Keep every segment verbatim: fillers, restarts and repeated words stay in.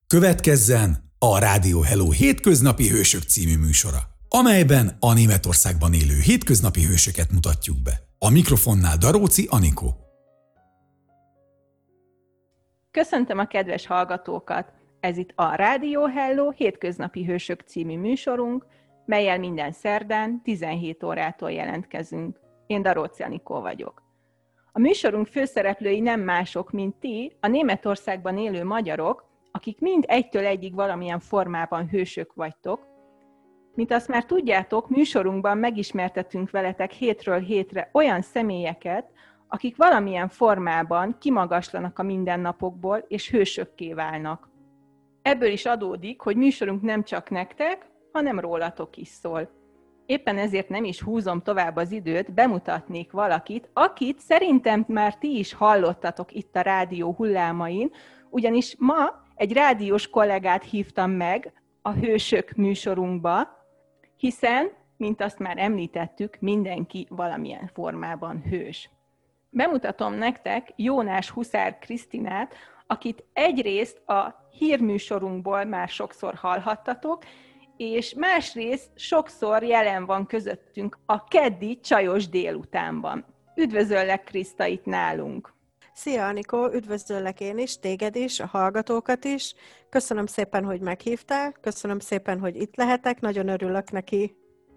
Következzen a Rádió Hello Hétköznapi Hősök című műsora, amelyben a Németországban élő hétköznapi hősöket mutatjuk be. A mikrofonnál Daróci Anikó. Köszöntöm a kedves hallgatókat! Ez itt a Rádió Hello Hétköznapi Hősök című műsorunk, mellyel minden szerdán tizenhét órától jelentkezünk. Én Daróci Anikó vagyok. A műsorunk főszereplői nem mások, mint ti, a Németországban élő magyarok, akik mind egytől egyig valamilyen formában hősök vagytok. Mint azt már tudjátok, műsorunkban megismertetünk veletek hétről hétre olyan személyeket, akik valamilyen formában kimagaslanak a mindennapokból, és hősökké válnak. Ebből is adódik, hogy műsorunk nem csak nektek, hanem rólatok is szól. Éppen ezért nem is húzom tovább az időt, bemutatnék valakit, akit szerintem már ti is hallottatok itt a rádió hullámain, ugyanis ma egy rádiós kollégát hívtam meg a Hősök műsorunkba, hiszen, mint azt már említettük, mindenki valamilyen formában hős. Bemutatom nektek Jónás Huszár Krisztinát, akit egyrészt a hírműsorunkból már sokszor hallhattatok, és másrészt sokszor jelen van közöttünk a keddi csajos délutánban. Üdvözöllek, Kriszta, itt nálunk! Szia, Anikó, üdvözöllek én is, téged is, a hallgatókat is. Köszönöm szépen, hogy meghívtál, köszönöm szépen, hogy itt lehetek, nagyon örülök neki.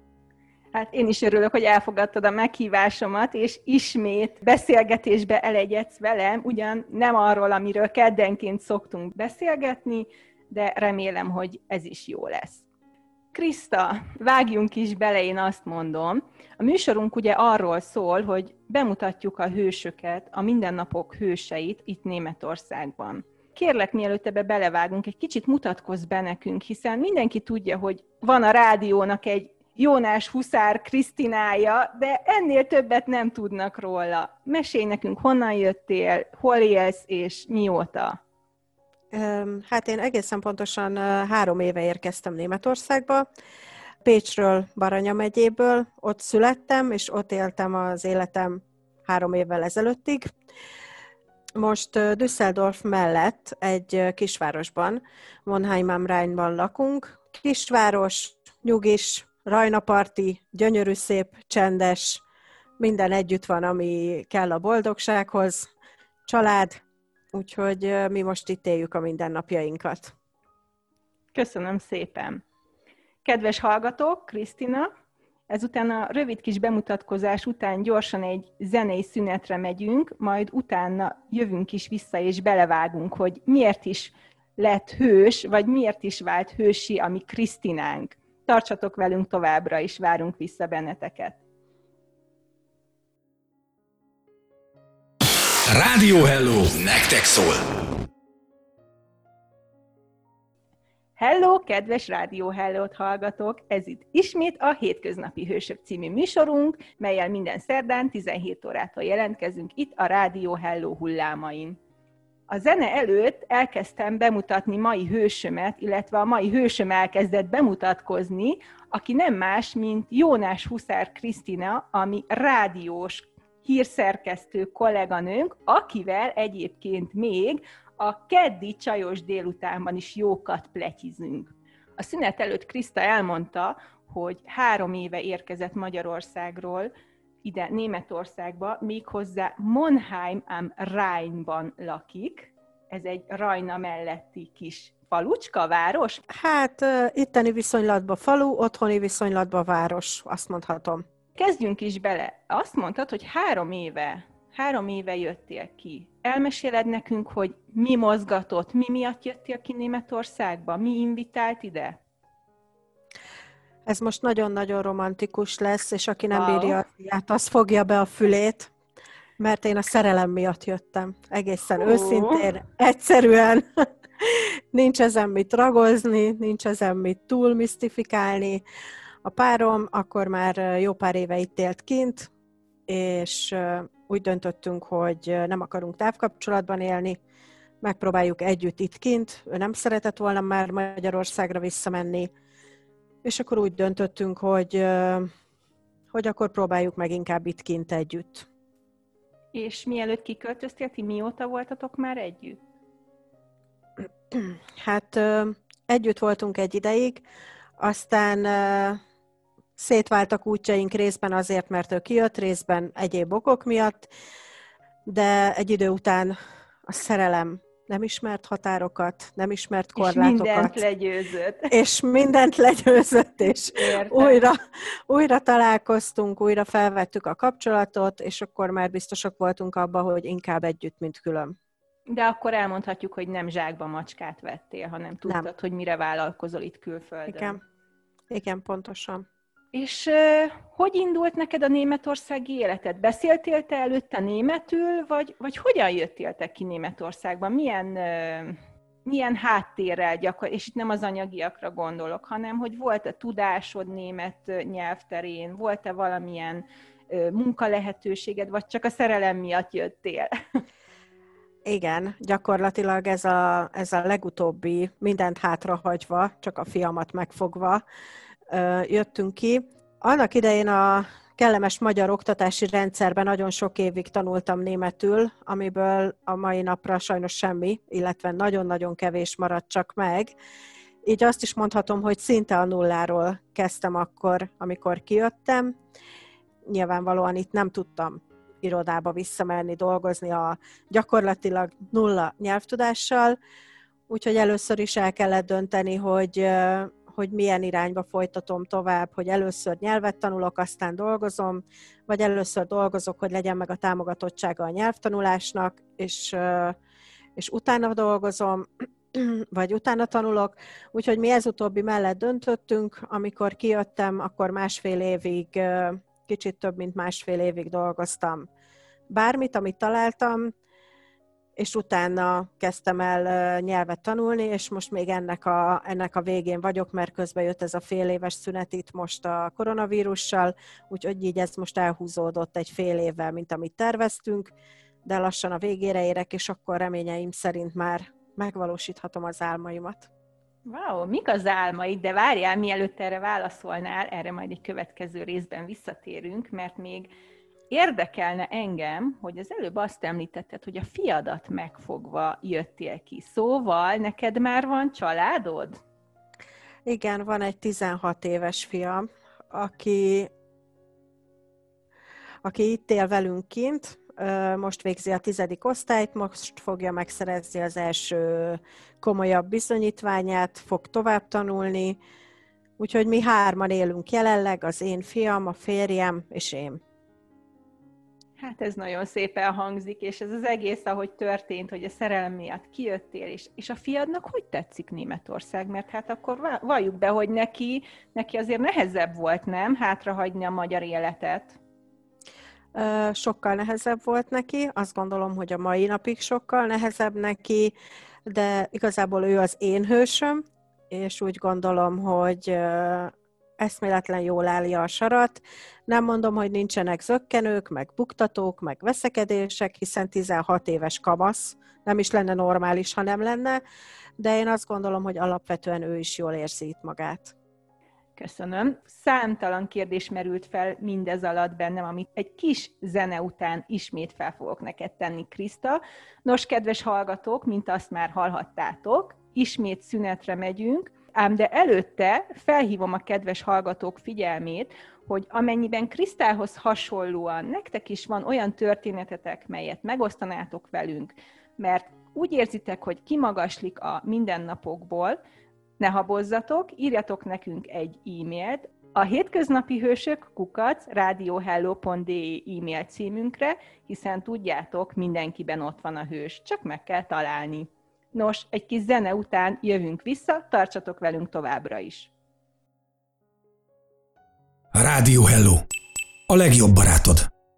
Hát én is örülök, hogy elfogadtad a meghívásomat, és ismét beszélgetésbe elegyedsz velem, ugyan nem arról, amiről keddenként szoktunk beszélgetni, de remélem, hogy ez is jó lesz. Kriszta, vágjunk is bele, én azt mondom. A műsorunk ugye arról szól, hogy bemutatjuk a hősöket, a mindennapok hőseit itt Németországban. Kérlek, mielőtt ebbe belevágunk, egy kicsit mutatkozz be nekünk, hiszen mindenki tudja, hogy van a rádiónak egy Jónás Huszár Krisztinája, de ennél többet nem tudnak róla. Mesélj nekünk, honnan jöttél, hol élsz és mióta? Hát én egészen pontosan három éve érkeztem Németországba, Pécsről, Baranya megyéből, ott születtem, és ott éltem az életem három évvel ezelőttig. Most Düsseldorf mellett egy kisvárosban, Monheim am Rheinban lakunk. Kisváros, nyugis, rajnaparti, gyönyörű, szép, csendes, minden együtt van, ami kell a boldogsághoz, család, úgyhogy mi most itt éljük a mindennapjainkat. Köszönöm szépen! Kedves hallgatók, Krisztina, ezután a rövid kis bemutatkozás után gyorsan egy zenei szünetre megyünk, majd utána jövünk is vissza és belevágunk, hogy miért is lett hős, vagy miért is vált hősi a mi Krisztinánk. Tartsatok velünk továbbra is, várunk vissza benneteket. Rádió Hello, nektek szól! Hello, kedves Rádió Hellót hallgatók! Ez itt ismét a Hétköznapi Hősök című műsorunk, mellyel minden szerdán tizenhét órától jelentkezünk itt a Rádió Hello hullámain. A zene előtt elkezdtem bemutatni mai hősömet, illetve a mai hősöm elkezdett bemutatkozni, aki nem más, mint Jónás Huszár Krisztina, ami rádiós hírszerkesztő kolléganőnk, akivel egyébként még a keddi csajos délutánban is jókat pletyizünk. A szünet előtt Kriszta elmondta, hogy három éve érkezett Magyarországról ide Németországba, méghozzá Monheim am Rheinban lakik. Ez egy Rajna melletti kis falucska, város? Hát itteni viszonylatban falu, otthoni viszonylatban város, azt mondhatom. Kezdjünk is bele. Azt mondtad, hogy három éve, három éve jöttél ki. Elmeséled nekünk, hogy mi mozgatott, mi miatt jöttél ki Németországba? Mi invitált ide? Ez most nagyon-nagyon romantikus lesz, és aki nem wow. bírja a fiát, az fogja be a fülét, mert én a szerelem miatt jöttem. Egészen uh. őszintén, egyszerűen. Nincs ezen mit ragozni, nincs ezen mit túl misztifikálni. A párom akkor már jó pár éve itt élt kint, és úgy döntöttünk, hogy nem akarunk távkapcsolatban élni, megpróbáljuk együtt itt kint, ő nem szeretett volna már Magyarországra visszamenni, és akkor úgy döntöttünk, hogy, hogy akkor próbáljuk meg inkább itt kint együtt. És mielőtt kiköltöztél, ti mióta voltatok már együtt? Hát együtt voltunk egy ideig, aztán szétváltak útjaink részben azért, mert ő kijött, részben egyéb okok miatt, de egy idő után a szerelem nem ismert határokat, nem ismert korlátokat. És mindent legyőzött. És mindent legyőzött, és újra, újra találkoztunk, újra felvettük a kapcsolatot, és akkor már biztosak voltunk abban, hogy inkább együtt, mint külön. De akkor elmondhatjuk, hogy nem zsákba macskát vettél, hanem tudtad, nem. hogy mire vállalkozol itt külföldön. Igen, Igen pontosan. És uh, hogy indult neked a németországi életed? Beszéltél te előtte németül, vagy, vagy hogyan jöttél te ki Németországba? Milyen, uh, milyen háttérrel gyakor, és itt nem az anyagiakra gondolok, hanem hogy volt-e tudásod német nyelvterén, volt-e valamilyen uh, munkalehetőséged, vagy csak a szerelem miatt jöttél? Igen, gyakorlatilag ez a, ez a legutóbbi, mindent hátrahagyva, csak a fiamat megfogva jöttünk ki. Annak idején a kellemes magyar oktatási rendszerben nagyon sok évig tanultam németül, amiből a mai napra sajnos semmi, illetve nagyon-nagyon kevés maradt csak meg. Így azt is mondhatom, hogy szinte a nulláról kezdtem akkor, amikor kijöttem. Nyilvánvalóan itt nem tudtam irodába visszamenni, dolgozni a gyakorlatilag nulla nyelvtudással, úgyhogy először is el kellett dönteni, hogy, hogy milyen irányba folytatom tovább, hogy először nyelvet tanulok, aztán dolgozom, vagy először dolgozok, hogy legyen meg a támogatottsága a nyelvtanulásnak, és, és utána dolgozom, vagy utána tanulok. Úgyhogy mi ez utóbbi mellett döntöttünk, amikor kijöttem, akkor másfél évig kicsit több, mint másfél évig dolgoztam bármit, amit találtam, és utána kezdtem el nyelvet tanulni, és most még ennek a, ennek a végén vagyok, mert közben jött ez a fél éves szünet itt most a koronavírussal, úgyhogy így ez most elhúzódott egy fél évvel, mint amit terveztünk, de lassan a végére érek, és akkor reményeim szerint már megvalósíthatom az álmaimat. Wow, mik az álmaid? De várjál, mielőtt erre válaszolnál, erre majd egy következő részben visszatérünk, mert még érdekelne engem, hogy az előbb azt említetted, hogy a fiadat megfogva jöttél ki. Szóval neked már van családod? Igen, van egy tizenhat éves fiam, aki, aki itt él velünk kint, most végzi a tizedik osztályt, most fogja megszerezni az első komolyabb bizonyítványát, fog tovább tanulni, úgyhogy mi hárman élünk jelenleg, az én fiam, a férjem és én. Hát ez nagyon szépen hangzik, és ez az egész, ahogy történt, hogy a szerelem miatt kijöttél, és, és a fiadnak hogy tetszik Németország? Mert hát akkor valljuk be, hogy neki, neki azért nehezebb volt, nem? Hátrahagyni a magyar életet. Sokkal nehezebb volt neki, azt gondolom, hogy a mai napig sokkal nehezebb neki, de igazából ő az én hősöm, és úgy gondolom, hogy eszméletlen jól állja a sarat. Nem mondom, hogy nincsenek zökkenők, meg buktatók, meg veszekedések, hiszen tizenhat éves kamasz, nem is lenne normális, ha nem lenne, de én azt gondolom, hogy alapvetően ő is jól érzi itt magát. Köszönöm. Számtalan kérdés merült fel mindez alatt bennem, amit egy kis zene után ismét fel fogok neked tenni, Kriszta. Nos, kedves hallgatók, mint azt már hallhattátok, ismét szünetre megyünk, ám de előtte felhívom a kedves hallgatók figyelmét, hogy amennyiben Krisztához hasonlóan nektek is van olyan történetetek, melyet megosztanátok velünk, mert úgy érzitek, hogy kimagaslik a mindennapokból, ne habozzatok, írjatok nekünk egy e-mailt a hétköznapi hősök kukac radiohello pont de e-mail címünkre, hiszen tudjátok, mindenkiben ott van a hős, csak meg kell találni. Nos, egy kis zene után jövünk vissza, tartsatok velünk továbbra is. Rádió Hello, a legjobb barátod.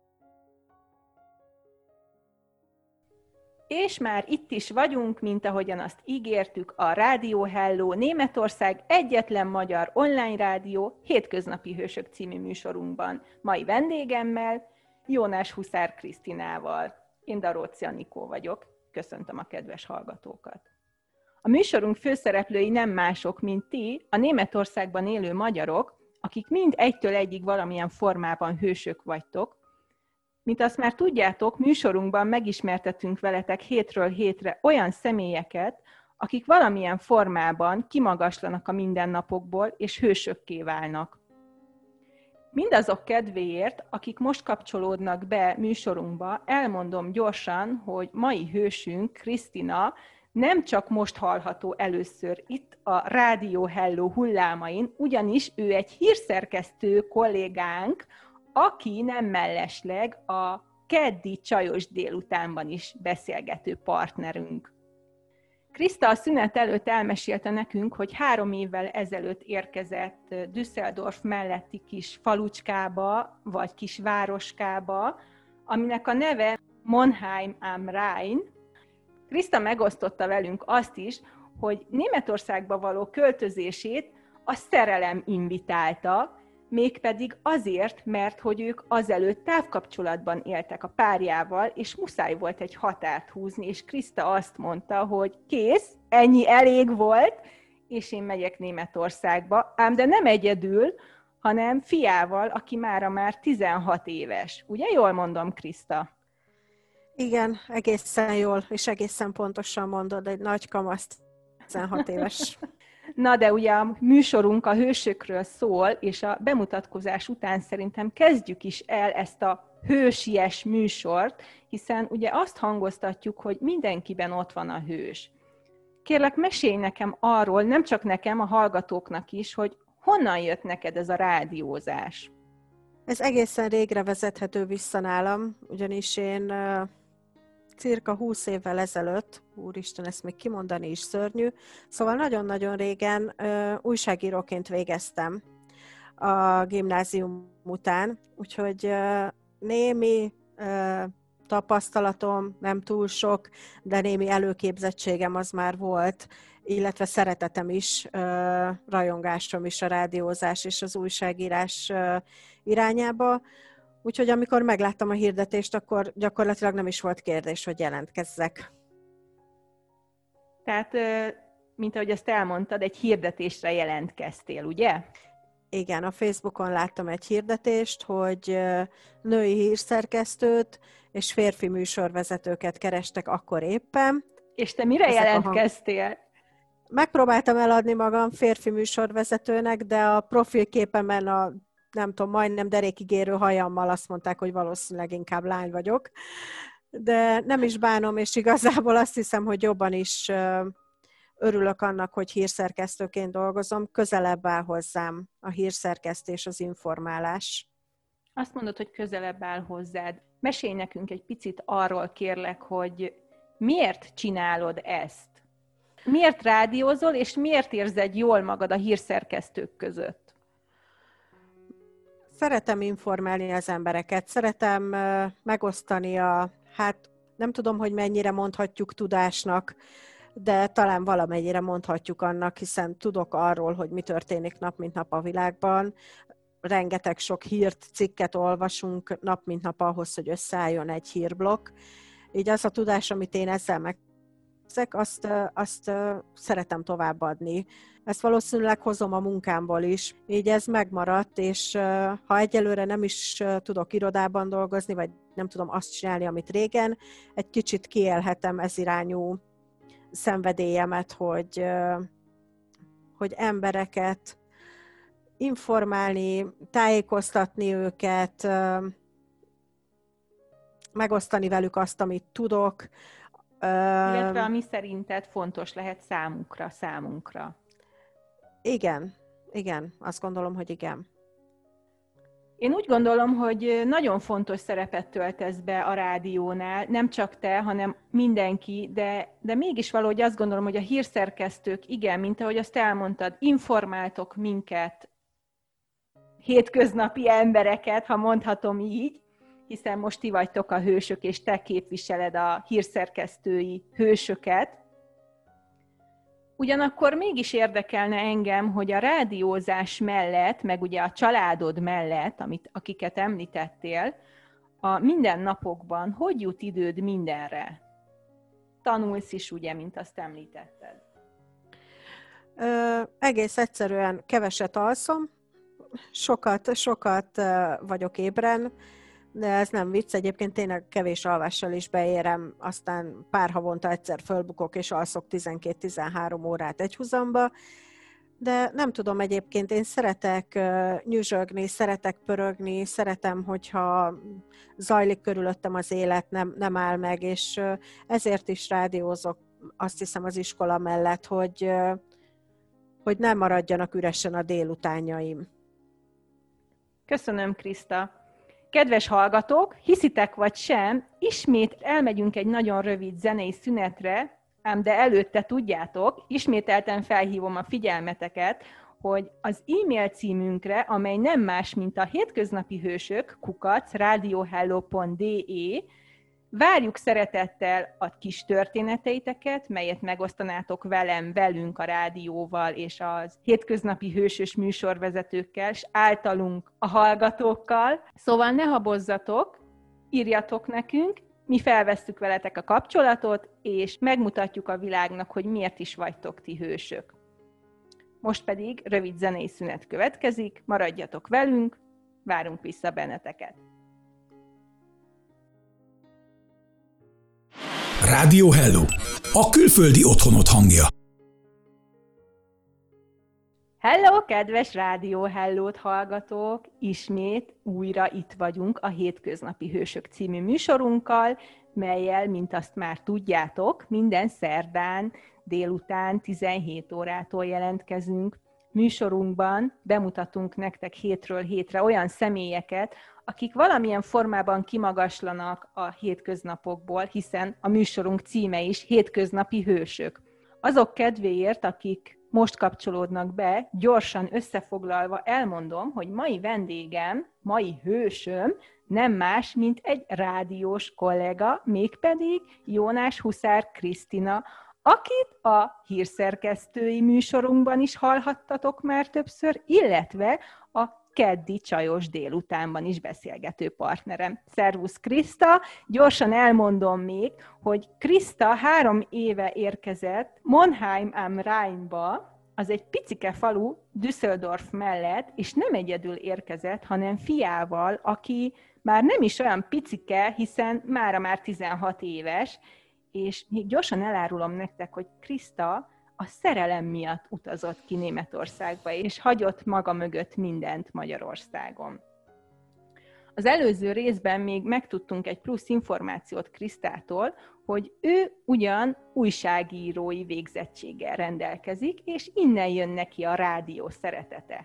És már itt is vagyunk, mint ahogyan azt ígértük, a Rádió Hello, Németország egyetlen magyar online rádió Hétköznapi Hősök című műsorunkban. Mai vendégemmel, Jónás Huszár Krisztinával. Én Daróczi Anikó vagyok. Köszöntöm a kedves hallgatókat. A műsorunk főszereplői nem mások, mint ti, a Németországban élő magyarok, akik mind egytől egyig valamilyen formában hősök vagytok. Mint azt már tudjátok, műsorunkban megismertetünk veletek hétről hétre olyan személyeket, akik valamilyen formában kimagaslanak a mindennapokból, és hősökké válnak. Mindazok kedvéért, akik most kapcsolódnak be műsorunkba, elmondom gyorsan, hogy mai hősünk, Krisztina, nem csak most hallható először itt a Rádió Hello hullámain, ugyanis ő egy hírszerkesztő kollégánk, aki nem mellesleg a keddi csajos délutánban is beszélgető partnerünk. Kriszta a szünet előtt elmesélte nekünk, hogy három évvel ezelőtt érkezett Düsseldorf melletti kis falucskába, vagy kis városkába, aminek a neve Monheim am Rhein. Kriszta megosztotta velünk azt is, hogy Németországba való költözését a szerelem invitálta, mégpedig azért, mert hogy ők azelőtt távkapcsolatban éltek a párjával, és muszáj volt egy határt húzni, és Kriszta azt mondta, hogy kész, ennyi elég volt, és én megyek Németországba, ám de nem egyedül, hanem fiával, aki mára már tizenhat éves. Ugye jól mondom, Kriszta? Igen, egészen jól, és egészen pontosan mondod, egy nagy kamasz, tizenhat éves. Na, de ugye a műsorunk a hősökről szól, és a bemutatkozás után szerintem kezdjük is el ezt a hősies műsort, hiszen ugye azt hangoztatjuk, hogy mindenkiben ott van a hős. Kérlek, mesélj nekem arról, nem csak nekem, a hallgatóknak is, hogy honnan jött neked ez a rádiózás? Ez egészen régre vezethető vissza nálam, ugyanis én uh, cirka húsz évvel ezelőtt, úristen, ezt még kimondani is szörnyű, szóval nagyon-nagyon régen uh, újságíróként végeztem a gimnázium után, úgyhogy uh, némi uh, tapasztalatom, nem túl sok, de némi előképzettségem az már volt, illetve szeretetem is, uh, rajongásom is a rádiózás és az újságírás uh, irányába. Úgyhogy amikor megláttam a hirdetést, akkor gyakorlatilag nem is volt kérdés, hogy jelentkezzek. Tehát, mint ahogy azt elmondtad, egy hirdetésre jelentkeztél, ugye? Igen, a Facebookon láttam egy hirdetést, hogy női hírszerkesztőt és férfi műsorvezetőket kerestek akkor éppen. És te mire Ezek jelentkeztél? Hang... Megpróbáltam eladni magam férfi műsorvezetőnek, de a profilképemen a nem tudom, majdnem derékig érő hajammal azt mondták, hogy valószínűleg inkább lány vagyok. De nem is bánom, és igazából azt hiszem, hogy jobban is örülök annak, hogy hírszerkesztőként dolgozom. Közelebb áll hozzám a hírszerkesztés, az informálás. Azt mondod, hogy közelebb áll hozzád. Mesélj nekünk egy picit arról, kérlek, hogy miért csinálod ezt? Miért rádiózol, és miért érzed jól magad a hírszerkesztők között? Szeretem informálni az embereket, szeretem megosztani a, hát nem tudom, hogy mennyire mondhatjuk tudásnak, de talán valamennyire mondhatjuk annak, hiszen tudok arról, hogy mi történik nap mint nap a világban. Rengeteg sok hírt, cikket olvasunk nap mint nap ahhoz, hogy összeálljon egy hírblokk. Így az a tudás, amit én ezzel megteszek, azt, azt szeretem továbbadni. Ezt valószínűleg hozom a munkámból is, így ez megmaradt, és ha egyelőre nem is tudok irodában dolgozni, vagy nem tudom azt csinálni, amit régen, egy kicsit kiélhetem ez irányú szenvedélyemet, hogy, hogy embereket informálni, tájékoztatni őket, megosztani velük azt, amit tudok. Illetve ami szerinted fontos lehet számukra, számunkra. Igen, igen, azt gondolom, hogy igen. Én úgy gondolom, hogy nagyon fontos szerepet töltesz be a rádiónál, nem csak te, hanem mindenki, de, de mégis valahogy azt gondolom, hogy a hírszerkesztők, igen, mint ahogy azt elmondtad, informáltok minket, hétköznapi embereket, ha mondhatom így, hiszen most ti vagytok a hősök, és te képviseled a hírszerkesztői hősöket. Ugyanakkor mégis érdekelne engem, hogy a rádiózás mellett, meg ugye a családod mellett, amit, akiket említettél, a mindennapokban hogy jut időd mindenre? Tanulsz is, ugye, mint azt említetted. Ö, egész egyszerűen keveset alszom, sokat, sokat vagyok ébren, De ez nem vicc, egyébként tényleg kevés alvással is beérem, aztán pár havonta egyszer fölbukok, és alszok tizenkét-tizenhárom órát egyhuzamba, de nem tudom, egyébként én szeretek nyüzsögni, szeretek pörögni, szeretem, hogyha zajlik körülöttem az élet, nem, nem áll meg, és ezért is rádiózok, azt hiszem az iskola mellett, hogy, hogy nem maradjanak üresen a délutánjaim. Köszönöm, Kriszta! Kedves hallgatók, hiszitek vagy sem, ismét elmegyünk egy nagyon rövid zenei szünetre, ám de előtte tudjátok, ismételten felhívom a figyelmeteket, hogy az e-mail címünkre, amely nem más, mint a hétköznapi hősök, kukac, radiohello pont de, várjuk szeretettel a kis történeteiteket, melyet megosztanátok velem, velünk a rádióval és az hétköznapi hősös műsorvezetőkkel, és általunk a hallgatókkal. Szóval ne habozzatok, írjatok nekünk, mi felvesszük veletek a kapcsolatot, és megmutatjuk a világnak, hogy miért is vagytok ti hősök. Most pedig rövid zenei szünet következik, maradjatok velünk, várunk vissza benneteket. Rádió Hello, a külföldi otthonod hangja. Hello, kedves Rádió Hellót hallgatók! Ismét újra itt vagyunk a Hétköznapi Hősök című műsorunkkal, mellyel, mint azt már tudjátok, minden szerdán délután tizenhét órától jelentkezünk. Műsorunkban bemutatunk nektek hétről hétre olyan személyeket, akik valamilyen formában kimagaslanak a hétköznapokból, hiszen a műsorunk címe is Hétköznapi Hősök. Azok kedvéért, akik most kapcsolódnak be, gyorsan összefoglalva elmondom, hogy mai vendégem, mai hősöm nem más, mint egy rádiós kollega, mégpedig Jónás Huszár Krisztina, akit a hírszerkesztői műsorunkban is hallhattatok már többször, illetve a keddi csajos délutánban is beszélgető partnerem. Szervusz Kriszta! Gyorsan elmondom még, hogy Kriszta három éve érkezett Monheim am Rheinba, az egy picike falu Düsseldorf mellett, és nem egyedül érkezett, hanem fiával, aki már nem is olyan picike, hiszen mára már tizenhat éves, és még gyorsan elárulom nektek, hogy Kriszta a szerelem miatt utazott ki Németországba, és hagyott maga mögött mindent Magyarországon. Az előző részben még megtudtunk egy plusz információt Krisztától, hogy ő ugyan újságírói végzettséggel rendelkezik, és innen jön neki a rádió szeretete.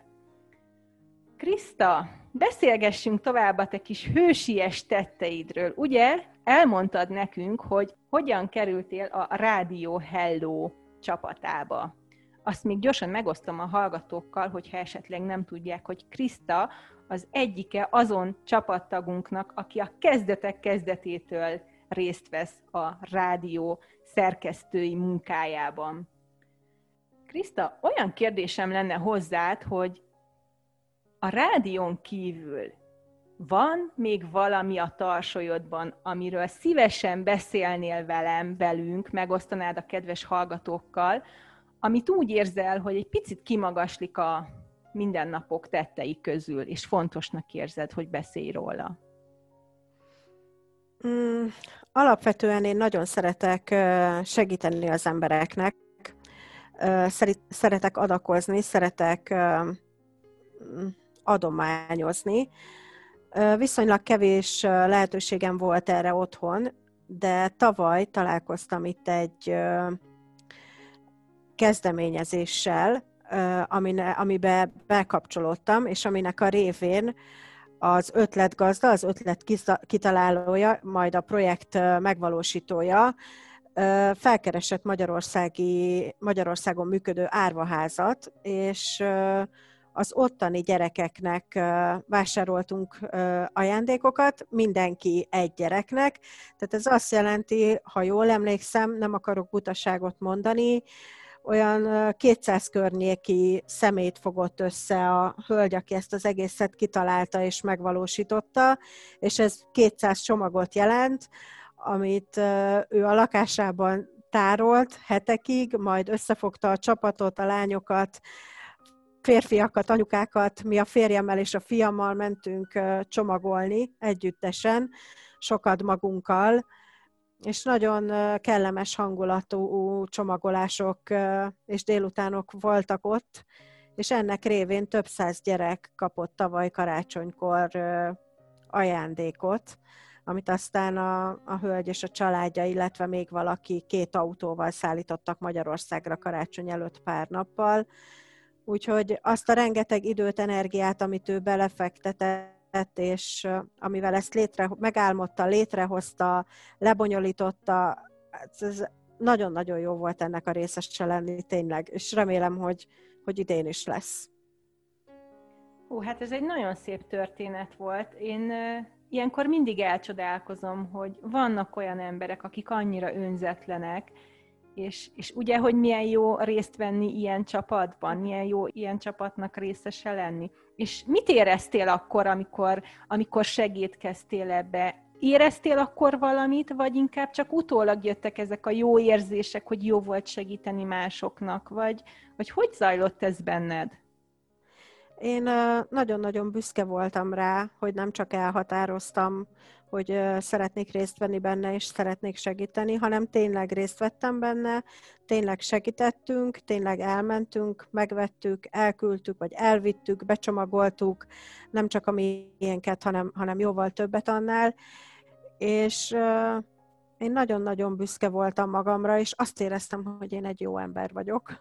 Kriszta, beszélgessünk tovább a te kis hősies tetteidről. Ugye elmondtad nekünk, hogy hogyan kerültél a Rádió Hello csapatába. Azt még gyorsan megosztom a hallgatókkal, hogyha esetleg nem tudják, hogy Kriszta az egyike azon csapattagunknak, aki a kezdetek kezdetétől részt vesz a rádió szerkesztői munkájában. Kriszta, olyan kérdésem lenne hozzád, hogy a rádión kívül van még valami a tarsolyodban, amiről szívesen beszélnél velem, velünk, megosztanád a kedves hallgatókkal, amit úgy érzel, hogy egy picit kimagaslik a mindennapok tettei közül, és fontosnak érzed, hogy beszélj róla? Mm, alapvetően én nagyon szeretek segíteni az embereknek, szeretek adakozni, szeretek adományozni. Viszonylag kevés lehetőségem volt erre otthon, de tavaly találkoztam itt egy kezdeményezéssel, amiben bekapcsolódtam, és aminek a révén az ötletgazda, az ötlet kitalálója, majd a projekt megvalósítója felkeresett Magyarországi, Magyarországon működő árvaházat, és az ottani gyerekeknek vásároltunk ajándékokat, mindenki egy gyereknek. Tehát ez azt jelenti, ha jól emlékszem, nem akarok butaságot mondani, olyan kétszáz környéki szemét fogott össze a hölgy, aki ezt az egészet kitalálta és megvalósította, és ez kétszáz csomagot jelent, amit ő a lakásában tárolt hetekig, majd összefogta a csapatot, a lányokat, férfiakat, anyukákat, mi a férjemmel és a fiammal mentünk csomagolni együttesen, sokat magunkkal, és nagyon kellemes hangulatú csomagolások és délutánok voltak ott, és ennek révén több száz gyerek kapott tavaly karácsonykor ajándékot, amit aztán a, a hölgy és a családja, illetve még valaki két autóval szállítottak Magyarországra karácsony előtt pár nappal. Úgyhogy azt a rengeteg időt, energiát, amit ő belefektetett, és amivel ezt létre, megálmodta, létrehozta, lebonyolította, ez nagyon-nagyon jó volt ennek a részese lenni tényleg, és remélem, hogy, hogy idén is lesz. Hú, hát ez egy nagyon szép történet volt. Én ilyenkor mindig elcsodálkozom, hogy vannak olyan emberek, akik annyira önzetlenek, és, és ugye, hogy milyen jó részt venni ilyen csapatban, milyen jó ilyen csapatnak részese lenni. És mit éreztél akkor, amikor, amikor segítkeztél ebbe? Éreztél akkor valamit, vagy inkább csak utólag jöttek ezek a jó érzések, hogy jó volt segíteni másoknak, vagy, vagy hogy zajlott ez benned? Én nagyon-nagyon büszke voltam rá, hogy nem csak elhatároztam, hogy szeretnék részt venni benne, és szeretnék segíteni, hanem tényleg részt vettem benne, tényleg segítettünk, tényleg elmentünk, megvettük, elküldtük, vagy elvittük, becsomagoltuk, nem csak a miénket, hanem, hanem jóval többet annál, és uh, én nagyon-nagyon büszke voltam magamra, és azt éreztem, hogy én egy jó ember vagyok.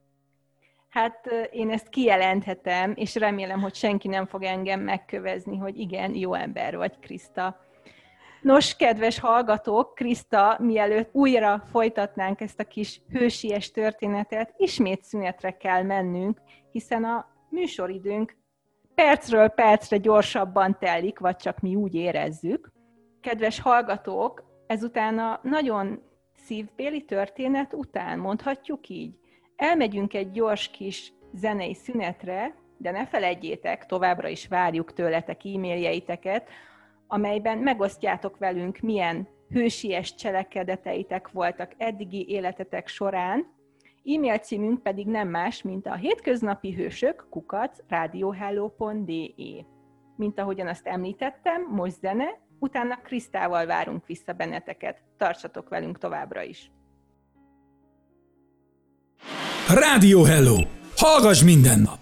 Hát én ezt kijelenthetem, és remélem, hogy senki nem fog engem megkövezni, hogy igen, jó ember vagy, Kriszta. Nos, kedves hallgatók, Kriszta, mielőtt újra folytatnánk ezt a kis hősies történetet, ismét szünetre kell mennünk, hiszen a műsoridőnk percről percre gyorsabban telik, vagy csak mi úgy érezzük. Kedves hallgatók, ezután a nagyon szívbéli történet után, mondhatjuk így, elmegyünk egy gyors kis zenei szünetre, de ne feledjétek, továbbra is várjuk tőletek e-mailjeiteket, amelyben megosztjátok velünk, milyen hősies cselekedeteitek voltak eddigi életetek során. E-mail címünk pedig nem más, mint a hétköznapi hősök kukac radiohello pont de. Mint ahogyan azt említettem, most zene, utána Krisztával várunk vissza benneteket. Tartsatok velünk továbbra is! Rádió Hello! Hallgass minden nap!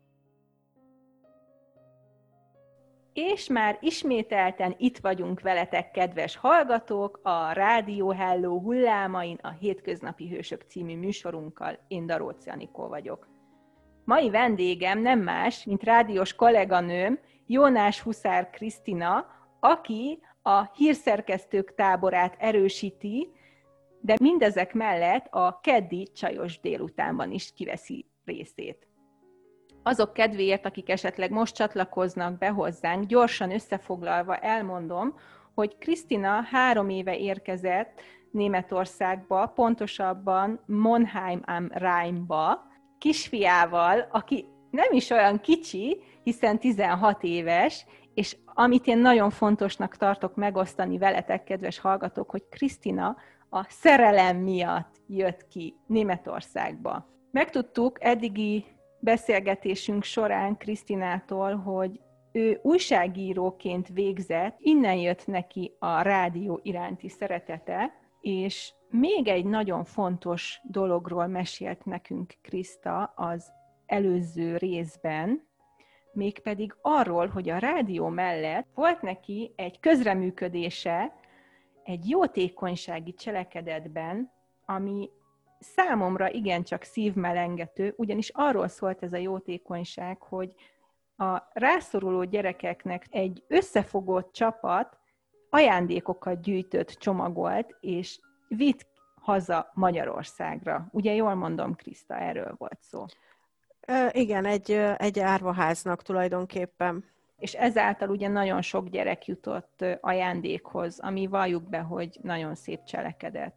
És már ismételten itt vagyunk veletek, kedves hallgatók, a Rádió Hello hullámain, a Hétköznapi Hősök című műsorunkkal. Én Daróczi Anikó vagyok. Mai vendégem nem más, mint rádiós kolléganőm, Jónás Huszár Krisztina, aki a hírszerkesztők táborát erősíti, de mindezek mellett a keddi csajos délutánban is kiveszi részét. Azok kedvéért, akik esetleg most csatlakoznak be hozzánk, gyorsan összefoglalva elmondom, hogy Krisztina három éve érkezett Németországba, pontosabban Monheim am Rheinba, kisfiával, aki nem is olyan kicsi, hiszen tizenhat éves, és amit én nagyon fontosnak tartok megosztani veletek, kedves hallgatók, hogy Krisztina a szerelem miatt jött ki Németországba. Megtudtuk eddigi beszélgetésünk során Krisztinától, hogy ő újságíróként végzett, innen jött neki a rádió iránti szeretete, és még egy nagyon fontos dologról mesélt nekünk Kriszta az előző részben, mégpedig arról, hogy a rádió mellett volt neki egy közreműködése egy jótékonysági cselekedetben, ami számomra igencsak szívmelengető, ugyanis arról szólt ez a jótékonyság, hogy a rászoruló gyerekeknek egy összefogott csapat ajándékokat gyűjtött, csomagolt, és vitt haza Magyarországra. Ugye jól mondom, Kriszta, erről volt szó. Igen, egy, egy árvaháznak tulajdonképpen. És ezáltal ugye nagyon sok gyerek jutott ajándékhoz, ami valljuk be, hogy nagyon szép cselekedet.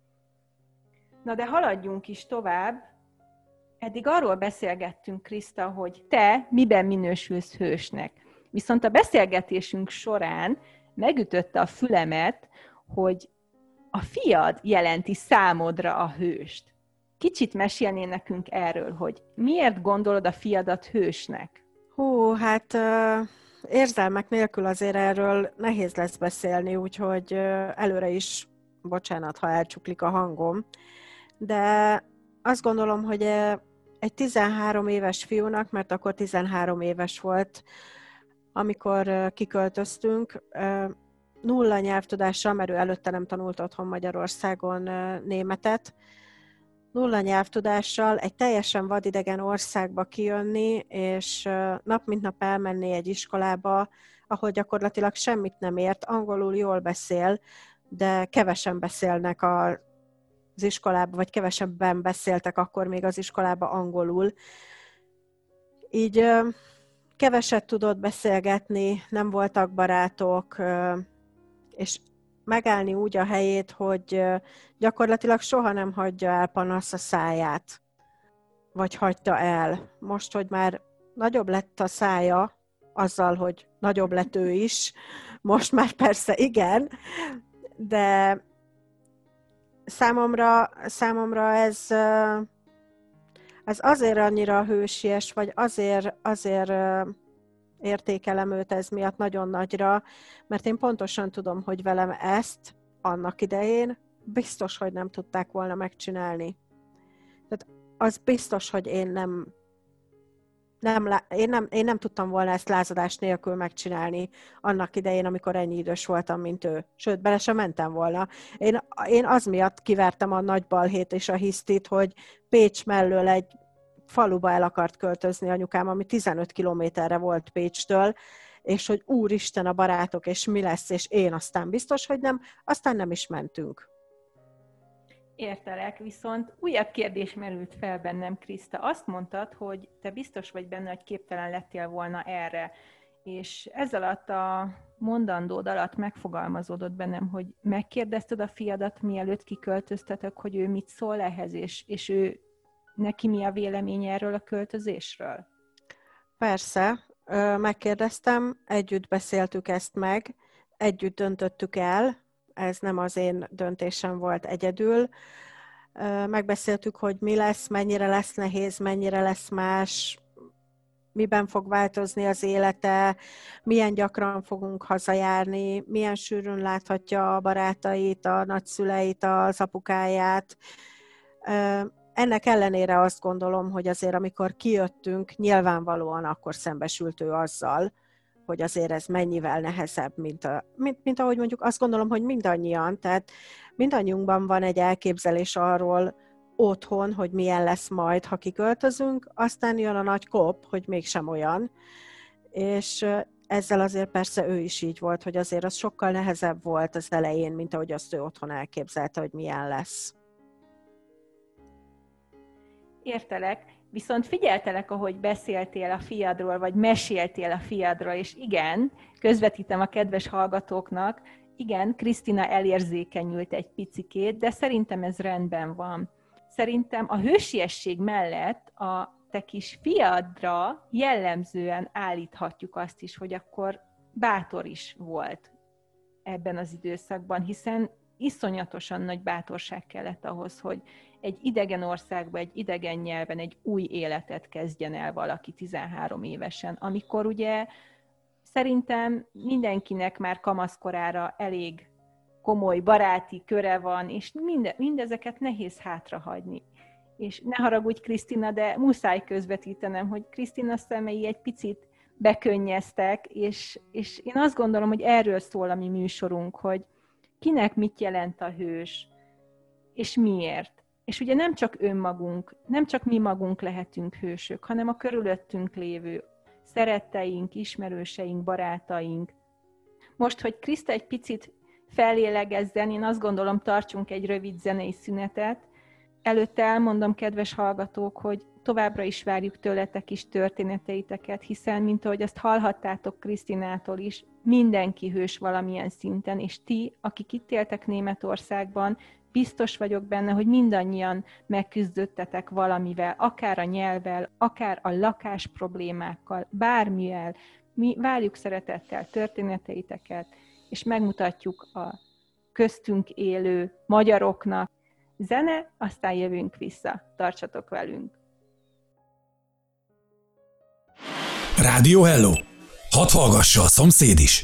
Na de haladjunk is tovább. Eddig arról beszélgettünk, Kriszta, hogy te miben minősülsz hősnek. Viszont a beszélgetésünk során megütötte a fülemet, hogy a fiad jelenti számodra a hőst. Kicsit mesélnél nekünk erről, hogy miért gondolod a fiadat hősnek? Hú, hát uh, érzelmek nélkül azért erről nehéz lesz beszélni, úgyhogy uh, előre is bocsánat, ha elcsuklik a hangom, de azt gondolom, hogy egy tizenhárom éves fiúnak, mert akkor tizenhárom éves volt, amikor kiköltöztünk, nulla nyelvtudással, mert ő előtte nem tanult otthon Magyarországon németet, nulla nyelvtudással egy teljesen vadidegen országba kijönni, és nap mint nap elmenni egy iskolába, ahol gyakorlatilag semmit nem ért, angolul jól beszél, de kevesen beszélnek a, az iskolában, vagy kevesebben beszéltek akkor még az iskolában angolul. Így keveset tudott beszélgetni, nem voltak barátok, és megállni úgy a helyét, hogy gyakorlatilag soha nem hagyja el panasz a száját, vagy hagyta el. Most, hogy már nagyobb lett a szája, azzal, hogy nagyobb lett ő is, most már persze igen, de számomra, számomra ez, ez azért annyira hősies, vagy azért, azért értékelem őt ez miatt nagyon nagyra, mert én pontosan tudom, hogy velem ezt annak idején biztos, hogy nem tudták volna megcsinálni. Tehát az biztos, hogy én nem, nem, én nem, én nem tudtam volna ezt lázadás nélkül megcsinálni annak idején, amikor ennyi idős voltam, mint ő. Sőt, bele sem mentem volna. Én, én az miatt kivertem a nagy balhét és a hisztit, hogy Pécs mellől egy faluba el akart költözni anyukám, ami tizenöt kilométerre volt Pécstől, és hogy úristen a barátok, és mi lesz, és én aztán biztos, hogy nem, aztán nem is mentünk. Értelek, viszont újabb kérdés merült fel bennem, Kriszta. Azt mondtad, hogy te biztos vagy benne, hogy képtelen lettél volna erre, és ez alatt a mondandód alatt megfogalmazódott bennem, hogy megkérdezted a fiadat, mielőtt kiköltöztetek, hogy ő mit szól ehhez, és, és ő neki mi a véleménye erről a költözésről? Persze, megkérdeztem, együtt beszéltük ezt meg, együtt döntöttük el, ez nem az én döntésem volt egyedül. Megbeszéltük, hogy mi lesz, mennyire lesz nehéz, mennyire lesz más, miben fog változni az élete, milyen gyakran fogunk hazajárni, milyen sűrűn láthatja a barátait, a nagyszüleit, az apukáját. Ennek ellenére azt gondolom, hogy azért amikor kijöttünk, nyilvánvalóan akkor szembesült ő azzal, hogy azért ez mennyivel nehezebb, mint, a, mint, mint ahogy mondjuk azt gondolom, hogy mindannyian, tehát mindannyiunkban van egy elképzelés arról otthon, hogy milyen lesz majd, ha kiköltözünk, aztán jön a nagy kop, hogy mégsem olyan, és ezzel azért persze ő is így volt, hogy azért az sokkal nehezebb volt az elején, mint ahogy azt ő otthon elképzelte, hogy milyen lesz. Értelek, viszont figyeltelek, ahogy beszéltél a fiadról, vagy meséltél a fiadról, és igen, közvetítem a kedves hallgatóknak, igen, Krisztina elérzékenyült egy picikét, de szerintem ez rendben van. Szerintem a hősiesség mellett a te kis fiadra jellemzően állíthatjuk azt is, hogy akkor bátor is volt ebben az időszakban, hiszen iszonyatosan nagy bátorság kellett ahhoz, hogy egy idegen országban, egy idegen nyelven egy új életet kezdjen el valaki tizenhárom évesen, amikor ugye szerintem mindenkinek már kamaszkorára elég komoly baráti köre van, és minde, mindezeket nehéz hátrahagyni. És ne haragudj, Krisztina, de muszáj közvetítenem, hogy Krisztina szemei egy picit bekönnyeztek, és, és én azt gondolom, hogy erről szól a mi műsorunk, hogy kinek mit jelent a hős, és miért. És ugye nem csak önmagunk, nem csak mi magunk lehetünk hősök, hanem a körülöttünk lévő szeretteink, ismerőseink, barátaink. Most, hogy Kriszta egy picit fellélegezzen, én azt gondolom, tartsunk egy rövid zenei szünetet. Előtte elmondom, kedves hallgatók, hogy továbbra is várjuk tőletek is történeteiteket, hiszen, mint ahogy azt hallhattátok Krisztinától is, mindenki hős valamilyen szinten, és ti, akik itt éltek Németországban, biztos vagyok benne, hogy mindannyian megküzdöttetek valamivel, akár a nyelvvel, akár a lakás problémákkal, bármivel. Mi várjuk szeretettel történeteiteket, és megmutatjuk a köztünk élő magyaroknak, Zene, aztán jövünk vissza. Tartsatok velünk! Rádió Hello! Hadd hallgassa a szomszéd is!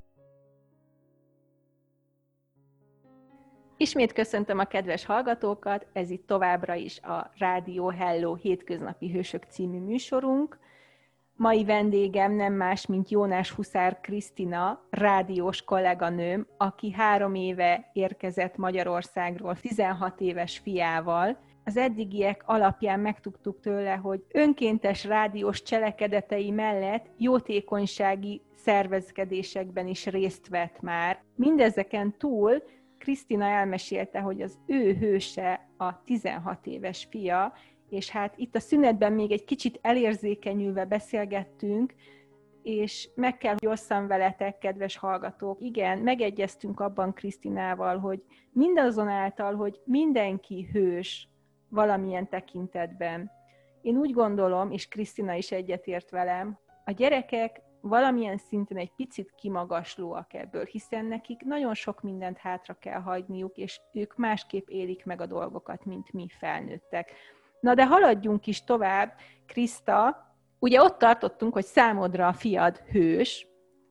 Ismét köszöntöm a kedves hallgatókat, ez itt továbbra is a Rádió Hello Hétköznapi Hősök című műsorunk. Mai vendégem nem más, mint Jónás Huszár Krisztina, rádiós kolléganőm, aki három éve érkezett Magyarországról tizenhat éves fiával. Az eddigiek alapján megtudtuk tőle, hogy önkéntes rádiós cselekedetei mellett jótékonysági szervezkedésekben is részt vett már. Mindezeken túl Krisztina elmesélte, hogy az ő hőse a tizenhat éves fia, és hát itt a szünetben még egy kicsit elérzékenyülve beszélgettünk, és meg kell, hogy osszam veletek, kedves hallgatók. Igen, megegyeztünk abban Krisztinával, hogy mindazonáltal, hogy mindenki hős valamilyen tekintetben. Én úgy gondolom, és Krisztina is egyetért velem, a gyerekek valamilyen szinten egy picit kimagaslóak ebből, hiszen nekik nagyon sok mindent hátra kell hagyniuk, és ők másképp élik meg a dolgokat, mint mi felnőttek. Na de haladjunk is tovább, Kriszta, ugye ott tartottunk, hogy számodra a fiad hős,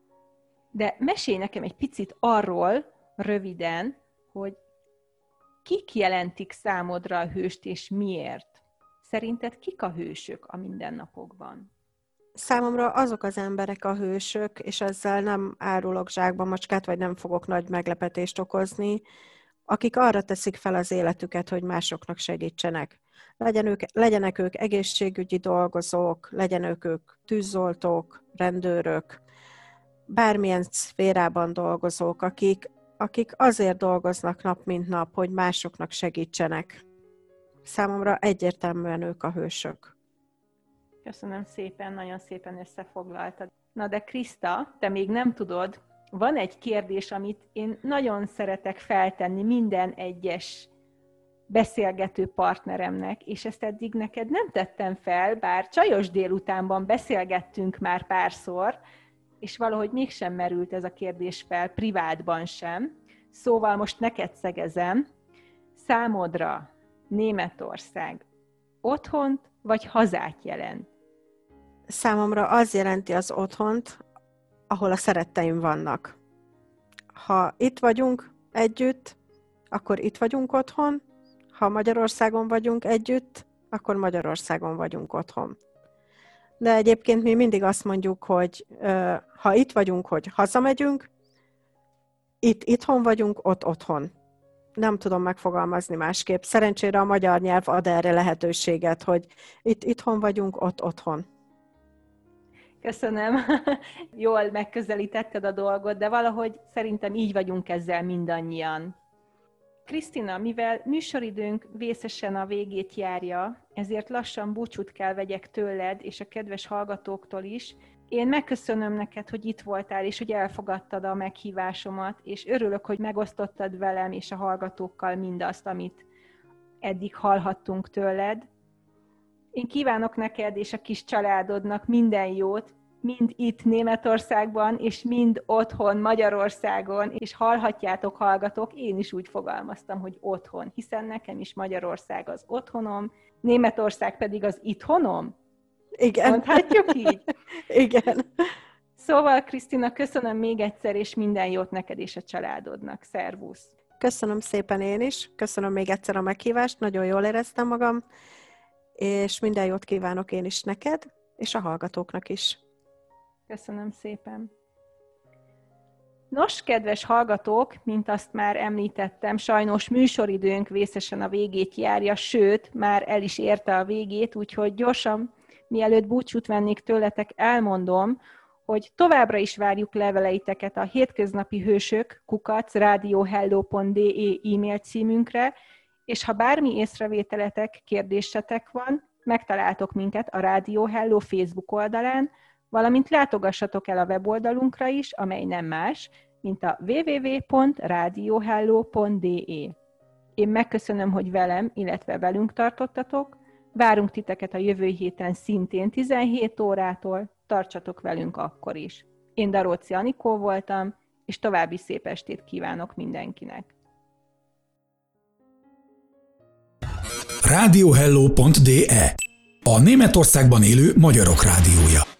de mesélj nekem egy picit arról, röviden, hogy kik jelentik számodra a hőst, és miért? Szerinted kik a hősök a mindennapokban? Számomra azok az emberek a hősök, és ezzel nem árulok zsákba macskát, vagy nem fogok nagy meglepetést okozni, akik arra teszik fel az életüket, hogy másoknak segítsenek. Legyen ők, legyenek ők egészségügyi dolgozók, legyenek ők tűzoltók, rendőrök, bármilyen szférában dolgozók, akik, akik azért dolgoznak nap mint nap, hogy másoknak segítsenek. Számomra egyértelműen ők a hősök. Köszönöm szépen, nagyon szépen összefoglaltad. Na de Kriszta, te még nem tudod, van egy kérdés, amit én nagyon szeretek feltenni minden egyes beszélgető partneremnek, és ezt eddig neked nem tettem fel, bár csajos délutánban beszélgettünk már párszor, és valahogy mégsem merült ez a kérdés fel, privátban sem. Szóval most neked szegezem, számodra Németország otthont vagy hazát jelent? Számomra az jelenti az otthont, ahol a szeretteim vannak. Ha itt vagyunk együtt, akkor itt vagyunk otthon, ha Magyarországon vagyunk együtt, akkor Magyarországon vagyunk otthon. De egyébként mi mindig azt mondjuk, hogy ha itt vagyunk, hogy hazamegyünk, itt itthon vagyunk, ott otthon. Nem tudom megfogalmazni másképp. Szerencsére a magyar nyelv ad erre lehetőséget, hogy itt itthon vagyunk, ott otthon. Köszönöm. Jól megközelítetted a dolgot, de valahogy szerintem így vagyunk ezzel mindannyian. Krisztina, mivel műsoridőnk vészesen a végét járja, ezért lassan búcsút kell vegyek tőled és a kedves hallgatóktól is. Én megköszönöm neked, hogy itt voltál, és hogy elfogadtad a meghívásomat, és örülök, hogy megosztottad velem és a hallgatókkal mindazt, amit eddig hallhattunk tőled. Én kívánok neked és a kis családodnak minden jót, mind itt Németországban, és mind otthon Magyarországon, és hallhatjátok, hallgatók, én is úgy fogalmaztam, hogy otthon, hiszen nekem is Magyarország az otthonom, Németország pedig az itthonom. Igen. Mondhatjuk így? Igen. Szóval, Krisztina, köszönöm még egyszer, és minden jót neked és a családodnak. Szervusz! Köszönöm szépen én is, köszönöm még egyszer a meghívást, nagyon jól éreztem magam, és minden jót kívánok én is neked, és a hallgatóknak is. Köszönöm szépen. Nos, kedves hallgatók, mint azt már említettem, sajnos műsoridőnk vészesen a végét járja, sőt, már el is érte a végét, úgyhogy gyorsan, mielőtt búcsút vennék tőletek, elmondom, hogy továbbra is várjuk leveleiteket a hétköznapi hősök kukac radiohello pont de e-mail címünkre, és ha bármi észrevételetek, kérdésetek van, megtaláltok minket a Rádió Hello Facebook oldalán, valamint látogassatok el a weboldalunkra is, amely nem más, mint a double-u double-u double-u pont radiohello pont de. Én megköszönöm, hogy velem, illetve velünk tartottatok. Várunk titeket a jövő héten szintén tizenhét órától, tartsatok velünk akkor is. Én Daróczi Anikó voltam, és további szép estét kívánok mindenkinek. radiohello pont de, a Németországban élő magyarok rádiója.